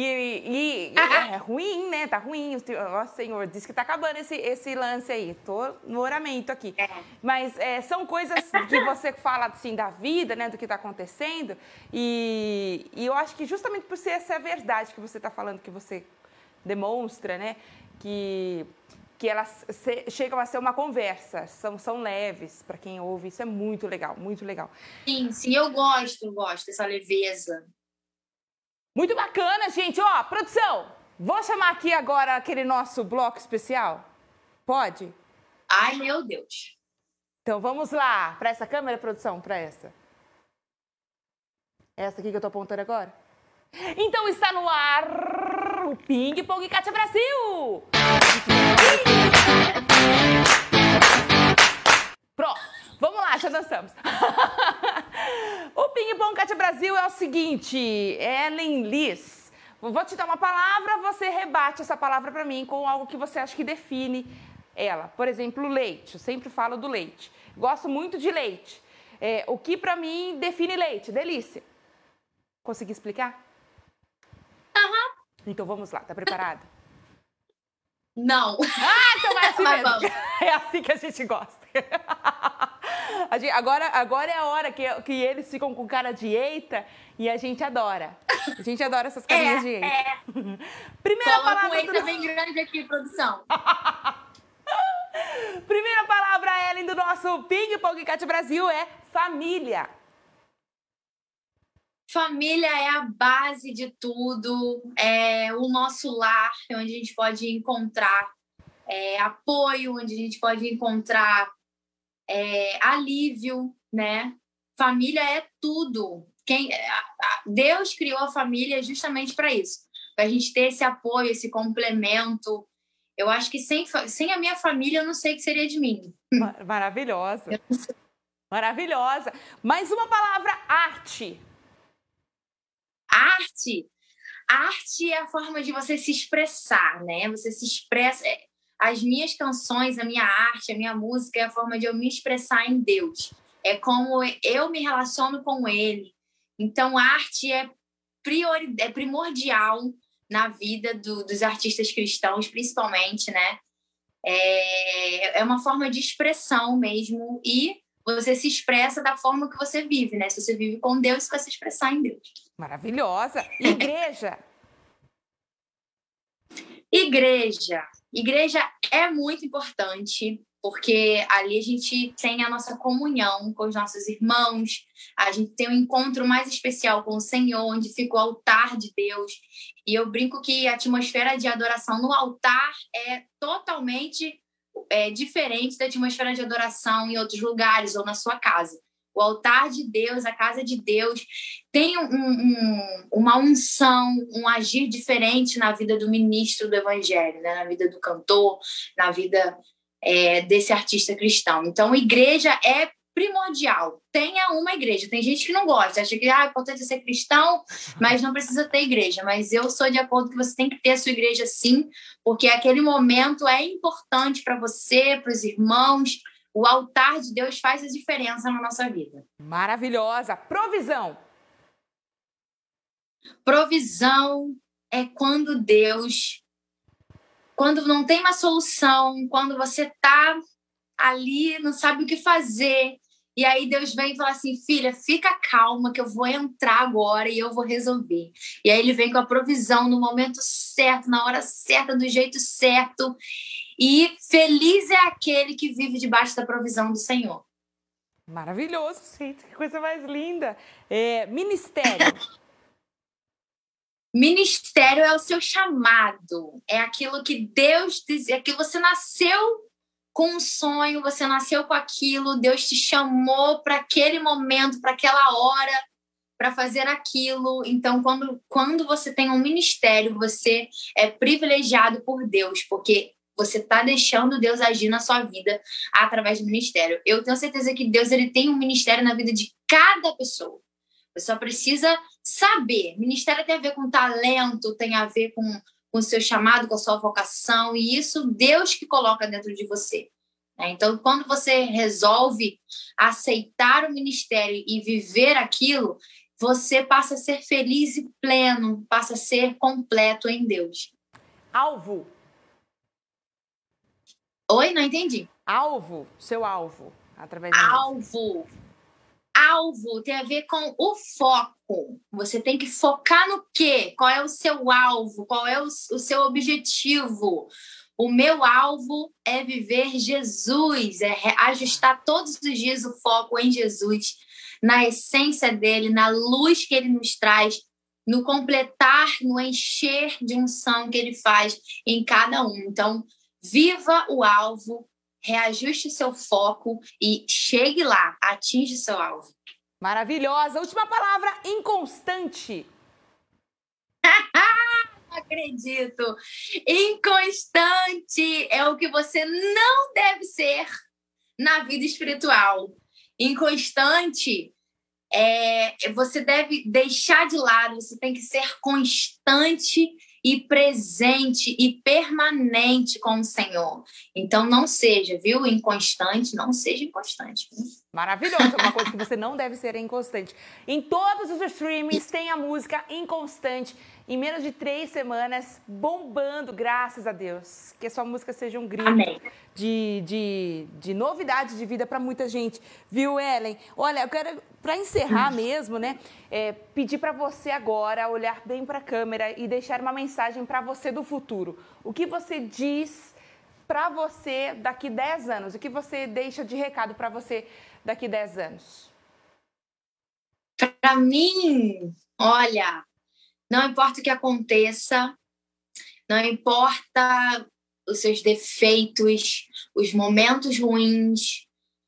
E é ruim, né? Tá ruim. Ó, Senhor, diz que tá acabando esse lance aí. Tô no oramento aqui. Mas são coisas que você fala, assim, da vida, né? Do que tá acontecendo. E eu acho que justamente por ser essa verdade que você tá falando, que você demonstra, né? Que elas chegam a ser uma conversa, são leves para quem ouve, isso é muito legal, muito legal. Sim, eu gosto dessa leveza. Muito bacana, gente. Ó, produção, vou chamar aqui agora aquele nosso bloco especial. Pode? Ai, meu Deus. Então vamos lá, para essa câmera, produção, para essa. Essa aqui que eu tô apontando agora? Então está no ar o Ping Pong Kátia Brasil! Pronto, vamos lá, já dançamos. O Ping Pong Kátia Brasil é o seguinte, Ellen Liz. Vou te dar uma palavra, você rebate essa palavra para mim com algo que você acha que define ela. Por exemplo, leite, eu sempre falo do leite. Gosto muito de leite. O que para mim define leite? Delícia. Consegui explicar? Aham. Então vamos lá, tá preparada? Não. Ah, então vai assim mesmo. Vamos. É assim que a gente gosta. Agora é a hora que eles ficam com cara de eita e a gente adora. A gente adora essas carinhas de eita. Primeira Coloca palavra... um eita bem grande aqui, produção. Primeira palavra, Ellen, do nosso Ping Pong Kátia Brasil é família. Família é a base de tudo, é o nosso lar, onde a gente pode encontrar apoio, onde a gente pode encontrar alívio, né? Família é tudo. Deus criou a família justamente para isso, para a gente ter esse apoio, esse complemento. Eu acho que sem a minha família, eu não sei o que seria de mim. Maravilhosa. Maravilhosa. Mais uma palavra, arte. Arte é a forma de você se expressar, né? Você se expressa. As minhas canções, a minha arte, a minha música é a forma de eu me expressar em Deus. É como eu me relaciono com Ele. Então, arte é primordial na vida dos artistas cristãos, principalmente, né? É uma forma de expressão mesmo. E você se expressa da forma que você vive, né? Se você vive com Deus, você vai se expressar em Deus. Maravilhosa. Igreja. Igreja é muito importante, porque ali a gente tem a nossa comunhão com os nossos irmãos, a gente tem um encontro mais especial com o Senhor, onde fica o altar de Deus. E eu brinco que a atmosfera de adoração no altar é totalmente diferente da atmosfera de adoração em outros lugares ou na sua casa. O altar de Deus, a casa de Deus, tem uma unção, um agir diferente na vida do ministro do evangelho, né? Na vida do cantor, na vida desse artista cristão. Então, igreja é primordial. Tenha uma igreja. Tem gente que não gosta, acha que é importante ser cristão, mas não precisa ter igreja. Mas eu sou de acordo que você tem que ter a sua igreja sim, porque aquele momento é importante para você, para os irmãos. O altar de Deus faz a diferença na nossa vida. Maravilhosa. Provisão. Provisão é quando Deus, quando não tem uma solução, quando você está ali, não sabe o que fazer, e aí Deus vem e fala assim, filha, fica calma que eu vou entrar agora e eu vou resolver. E aí ele vem com a provisão no momento certo, na hora certa, do jeito certo. E feliz é aquele que vive debaixo da provisão do Senhor. Maravilhoso, gente. Que coisa mais linda. Ministério. Ministério é o seu chamado. É aquilo que Deus diz, é que você nasceu com um sonho, você nasceu com aquilo, Deus te chamou para aquele momento, para aquela hora, para fazer aquilo. Então, quando você tem um ministério, você é privilegiado por Deus, porque você está deixando Deus agir na sua vida através do ministério. Eu tenho certeza que Deus ele tem um ministério na vida de cada pessoa. Você só precisa saber. Ministério tem a ver com talento, tem a ver com o seu chamado, com a sua vocação, e isso Deus que coloca dentro de você. Então, quando você resolve aceitar o ministério e viver aquilo, você passa a ser feliz e pleno, passa a ser completo em Deus. Alvo. Oi, não entendi. Alvo, seu alvo. Através Alvo tem a ver com o foco. Você tem que focar no quê? Qual é o seu alvo? Qual é o seu objetivo? O meu alvo é viver Jesus, é ajustar todos os dias o foco em Jesus, na essência dele, na luz que ele nos traz, no completar, no encher de unção que ele faz em cada um. Então, viva o alvo, reajuste o seu foco e chegue lá, atinja o seu alvo. Maravilhosa. Última palavra, inconstante. Não acredito. Inconstante é o que você não deve ser na vida espiritual. Inconstante você deve deixar de lado, você tem que ser constante e presente e permanente com o Senhor. Então não seja, viu, inconstante, não seja inconstante. Maravilhoso, uma coisa que você não deve ser inconstante. Em todos os streamings tem a música Inconstante, em menos de 3 semanas, bombando, graças a Deus. Que a sua música seja um grito de novidade de vida para muita gente. Viu, Ellen? Olha, eu quero, para encerrar mesmo, né, pedir para você agora olhar bem para a câmera e deixar uma mensagem para você do futuro. O que você diz para você daqui 10 anos? O que você deixa de recado para você daqui 10 anos? Para mim, olha, não importa o que aconteça, não importa os seus defeitos, os momentos ruins,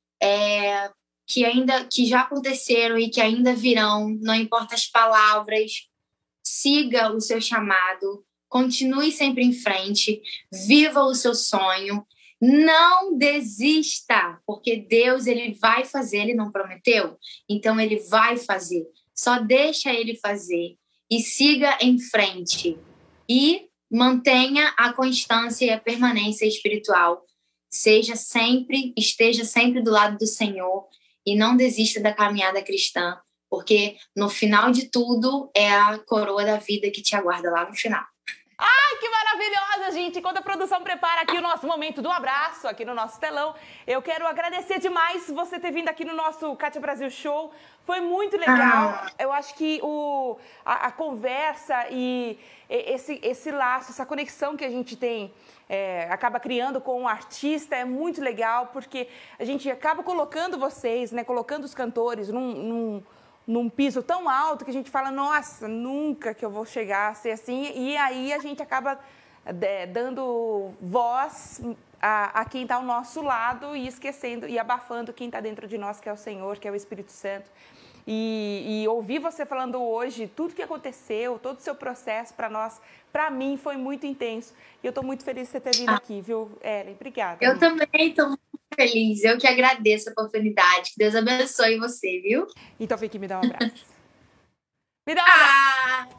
que já aconteceram e que ainda virão, não importa as palavras, siga o seu chamado, continue sempre em frente, viva o seu sonho, não desista, porque Deus ele vai fazer, ele não prometeu? Então ele vai fazer, só deixa ele fazer e siga em frente e mantenha a constância e a permanência espiritual, esteja sempre do lado do Senhor e não desista da caminhada cristã, porque no final de tudo é a coroa da vida que te aguarda lá no final. Ai, que maravilhosa, gente! Enquanto a produção prepara aqui o nosso momento do abraço, aqui no nosso telão, eu quero agradecer demais você ter vindo aqui no nosso Kátia Brasil Show. Foi muito legal. Eu acho que a conversa e esse laço, essa conexão que a gente tem, acaba criando com o artista é muito legal, porque a gente acaba colocando vocês, né, colocando os cantores num piso tão alto que a gente fala, nossa, nunca que eu vou chegar a ser assim. E aí a gente acaba dando voz a quem está ao nosso lado e esquecendo e abafando quem está dentro de nós, que é o Senhor, que é o Espírito Santo. E ouvir você falando hoje tudo que aconteceu, todo o seu processo para nós, para mim foi muito intenso. E eu estou muito feliz de você ter vindo aqui, viu, Ellen? Obrigada. Eu também estou muito feliz. Eu que agradeço a oportunidade. Que Deus abençoe você, viu? Então vem aqui me dá um abraço. Me dá um abraço.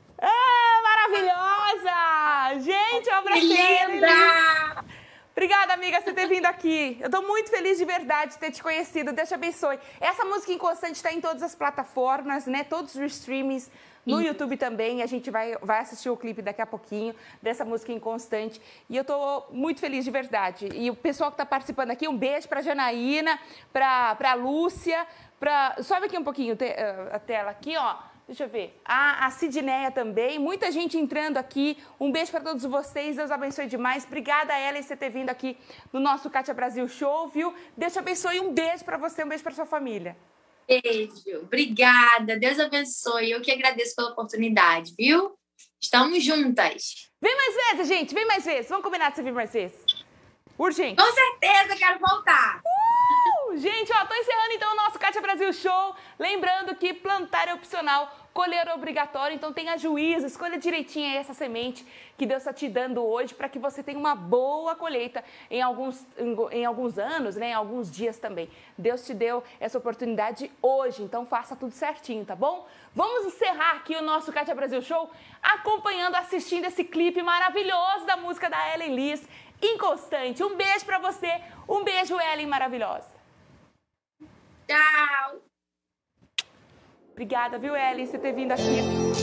Maravilhosa! Gente, eu abracei. Que linda! Obrigada, amiga, por você ter vindo aqui. Eu tô muito feliz de verdade de ter te conhecido. Deus te abençoe. Essa música Inconstante está em todas as plataformas, né? Todos os streamings, no YouTube também. A gente vai assistir o clipe daqui a pouquinho dessa música Inconstante. E eu tô muito feliz de verdade. E o pessoal que tá participando aqui, um beijo pra Janaína, pra Lúcia, sobe aqui um pouquinho a tela aqui, ó. Deixa eu ver. A Sidneia também. Muita gente entrando aqui. Um beijo para todos vocês. Deus abençoe demais. Obrigada, Ellen, por você ter vindo aqui no nosso Kátia Brasil Show, viu? Deus te abençoe. Um beijo para você, um beijo para sua família. Beijo. Obrigada. Deus abençoe. Eu que agradeço pela oportunidade, viu? Estamos juntas. Vem mais vezes, gente. Vem mais vezes. Vamos combinar de você vir mais vezes. Urgente. Com certeza, quero voltar. Gente, ó, tô encerrando então o nosso Kátia Brasil Show. Lembrando que plantar é opcional, colher é obrigatório. Então tenha juízo, escolha direitinho aí essa semente que Deus está te dando hoje para que você tenha uma boa colheita em alguns anos, né, em alguns dias também. Deus te deu essa oportunidade hoje, então faça tudo certinho, tá bom? Vamos encerrar aqui o nosso Kátia Brasil Show acompanhando, assistindo esse clipe maravilhoso da música da Ellen Liz, Inconstante. Um beijo para você, um beijo, Ellen, maravilhosa. Tchau! Obrigada, viu, Ellen, por você ter vindo aqui.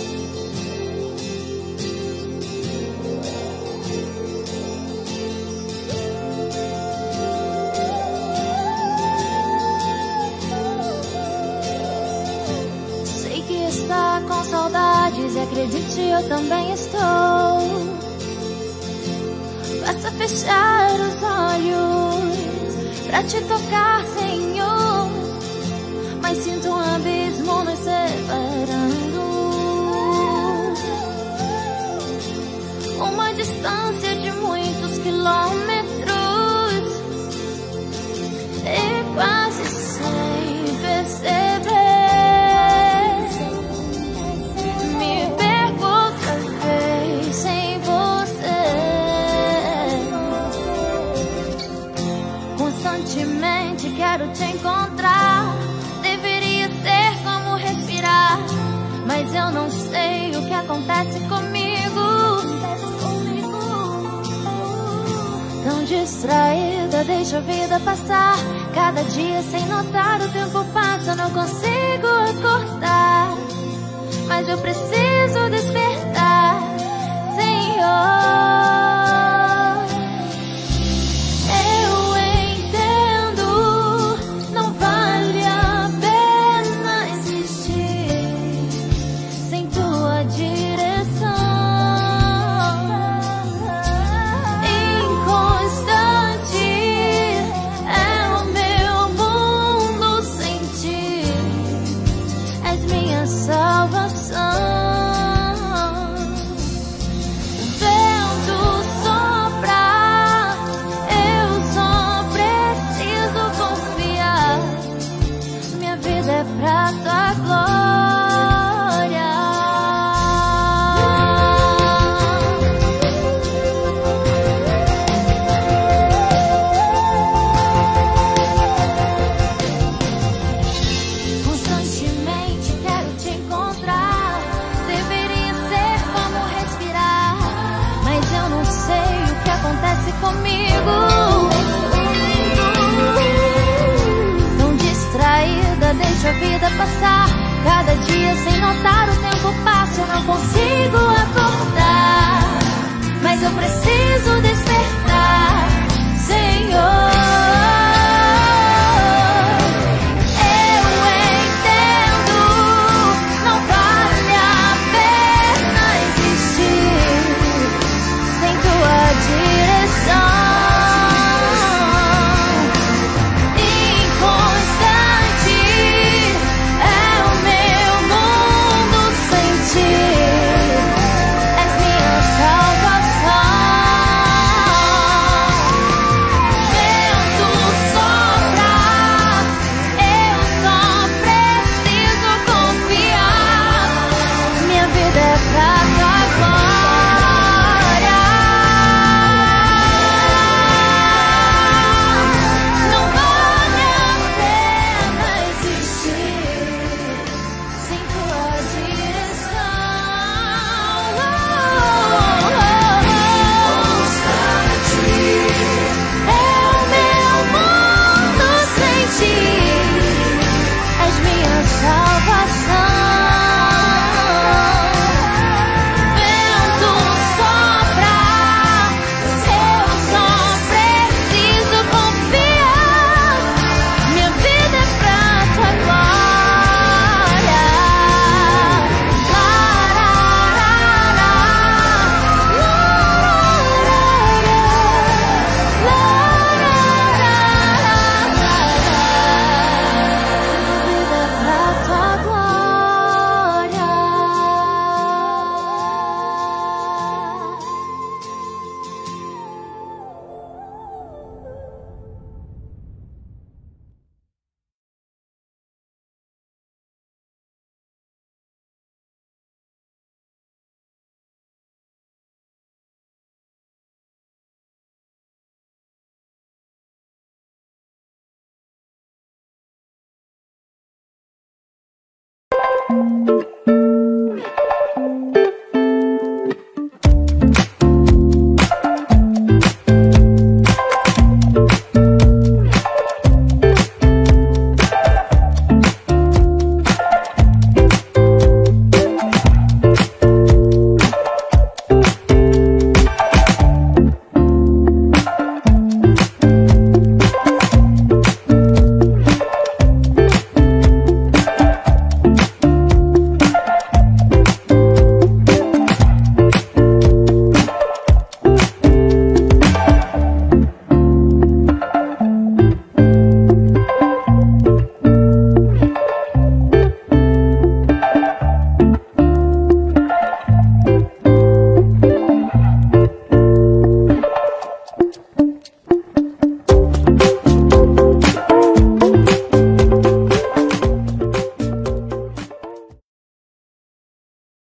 Sei que está com saudades e acredite, eu também estou. Basta fechar os olhos pra te tocar, Senhor. Mas sinto um abismo nos separando, uma distância de muitos quilômetros, e quase sem perceber me perco outra vez sem você. Constantemente quero te encontrar, mas eu não sei o que acontece comigo. Tão distraída, deixo a vida passar. Cada dia sem notar, o tempo passa, eu não consigo acordar. Mas eu preciso despertar, Senhor. Deixa a vida passar, cada dia sem notar, o tempo passa, eu não consigo acordar. mas eu preciso despertar, Senhor. Salvação.